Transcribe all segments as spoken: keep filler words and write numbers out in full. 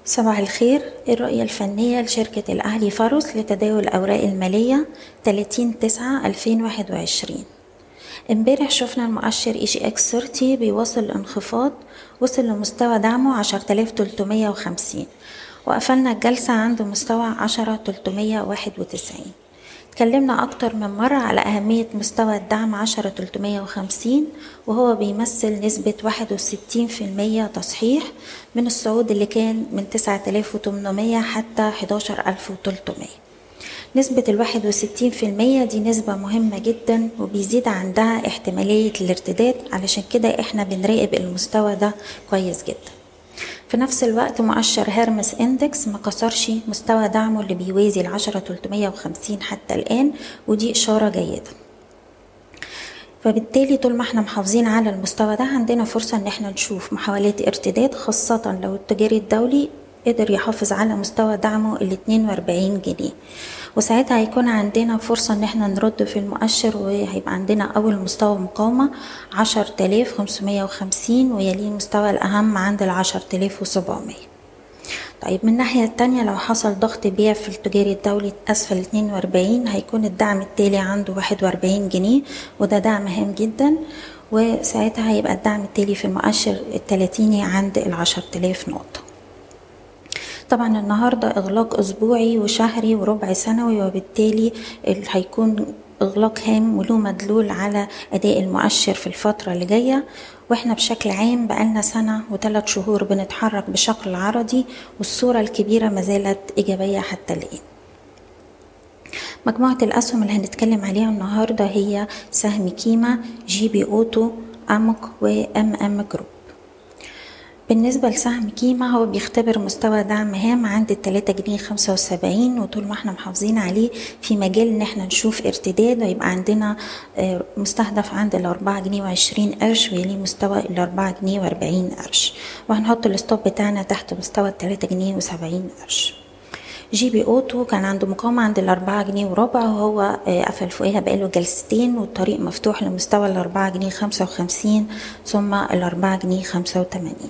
صباح الخير. الرؤية الفنية لشركة الأهلي فاروس لتداول الأوراق المالية ثلاثين تسعة ألفين وواحد وعشرين. امبارح شفنا المؤشر اي جي اكس ثلاثين بيواصل الانخفاض، وصل لمستوى دعمه عشرة آلاف وثلاثمية وخمسين، وقفلنا الجلسة عند مستوى عشرة آلاف وثلاثمية وواحد وتسعين. اتكلمنا أكتر من مرة على أهمية مستوى الدعم عشرة آلاف وثلاثمية وخمسين، وهو بيمثل نسبة واحد وستين في المية تصحيح من الصعود اللي كان من تسعة آلاف وثمانمية حتى حداشر ألف وثلاثمية. نسبة الواحد وستين في المية دي نسبة مهمة جدا، وبيزيد عندها احتمالية الارتداد، علشان كده احنا بنراقب المستوى ده كويس جدا. في نفس الوقت مؤشر هيرمس اندكس ما كسرش مستوى دعمه اللي بيوازي ال عشرة آلاف وثلاثمية وخمسين حتى الآن، ودي إشارة جيدة. فبالتالي طول ما احنا محافظين على المستوى ده عندنا فرصة ان احنا نشوف محاولات ارتداد، خاصة لو التجاري الدولي قدر يحافظ على مستوى دعمه ال اتنين وأربعين جنيه، وساعتها هيكون عندنا فرصة ان احنا نرد في المؤشر، وهيبقى عندنا اول مستوى مقاومة عشرة آلاف وخمسمية وخمسين، ويليه المستوى الاهم عند ال عشرة آلاف وسبعمية. طيب من الناحية التانية لو حصل ضغط بيع في التجاري الدولي اسفل اتنين وأربعين، هيكون الدعم التالي عنده واحد وأربعين جنيه، وده دعم هام جدا، وساعتها هيبقى الدعم التالي في المؤشر التلاتيني عند ال عشرة آلاف نقطة. طبعا النهاردة إغلاق أسبوعي وشهري وربع سنوي، وبالتالي هيكون إغلاق هام وله مدلول على أداء المؤشر في الفترة اللي جاية. وإحنا بشكل عام بقالنا سنة وثلاث شهور بنتحرك بشكل عرضي، والصورة الكبيرة ما زالت إيجابية حتى الآن. مجموعة الأسهم اللي هنتكلم عليها النهاردة هي سهم كيما، جي بي أوتو، أمك، وأم أم جروب. بالنسبة لسهم كيما هو بيختبر مستوى دعم هام عند التلاتة جنيه خمسة وسبعين، وطول ما احنا محافظين عليه في مجال ان احنا نشوف ارتداد، ويبقى عندنا مستهدف عند الاربعة جنيه وعشرين قرش، ويليه مستوى الاربعة جنيه واربعين قرش، وهنحط الستوب بتاعنا تحت مستوى التلاتة جنيه وسبعين قرش. جي بي اوتو كان عنده مقاومة عند الاربعة جنيه وربع، وهو قفل فوقها بقاله جلستين، والطريق مفتوح لمستوى الاربعة جنيه خمسة وخمسين ثم الاربعة جنيه خمسة وتمانين.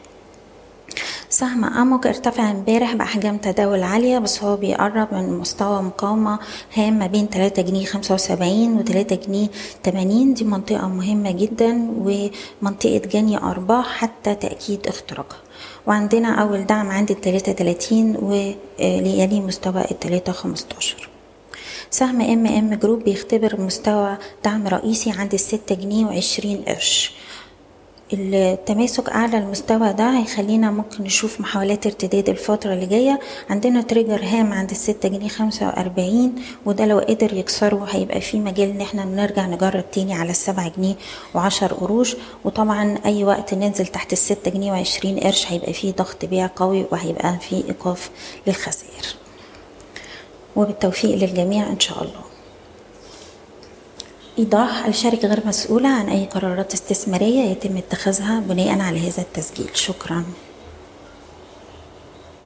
سهم أموك ارتفع امبارح بأحجام تداول عالية، بس هو بيقرب من مستوى مقاومة هام ما بين تلاتة جنيه خمسة وسبعين و تلاتة جنيه تمانين. دي منطقة مهمة جدا ومنطقة جني أرباح حتى تأكيد اختراقها. وعندنا أول دعم عند التلاتة تلاتين، وليلي مستوى التلاتة خمستاشر. سهم ام ام جروب بيختبر مستوى دعم رئيسي عند الستة جنيه وعشرين قرش. التماسك اعلى المستوى ده هيخلينا ممكن نشوف محاولات ارتداد الفترة اللي جاية. عندنا تريجر هام عند الستة جنيه خمسة وأربعين، وده لو قدر يكسره هيبقى في مجال ان احنا نرجع نجرب تاني على السبعة جنيه وعشر قروش. وطبعا اي وقت ننزل تحت الستة جنيه وعشرين قرش هيبقى فيه ضغط بيع قوي، وهيبقى فيه ايقاف للخسائر. وبالتوفيق للجميع ان شاء الله. إيضاح: الشركة غير مسؤولة عن أي قرارات استثمارية يتم اتخاذها بناء على هذا التسجيل. شكرا.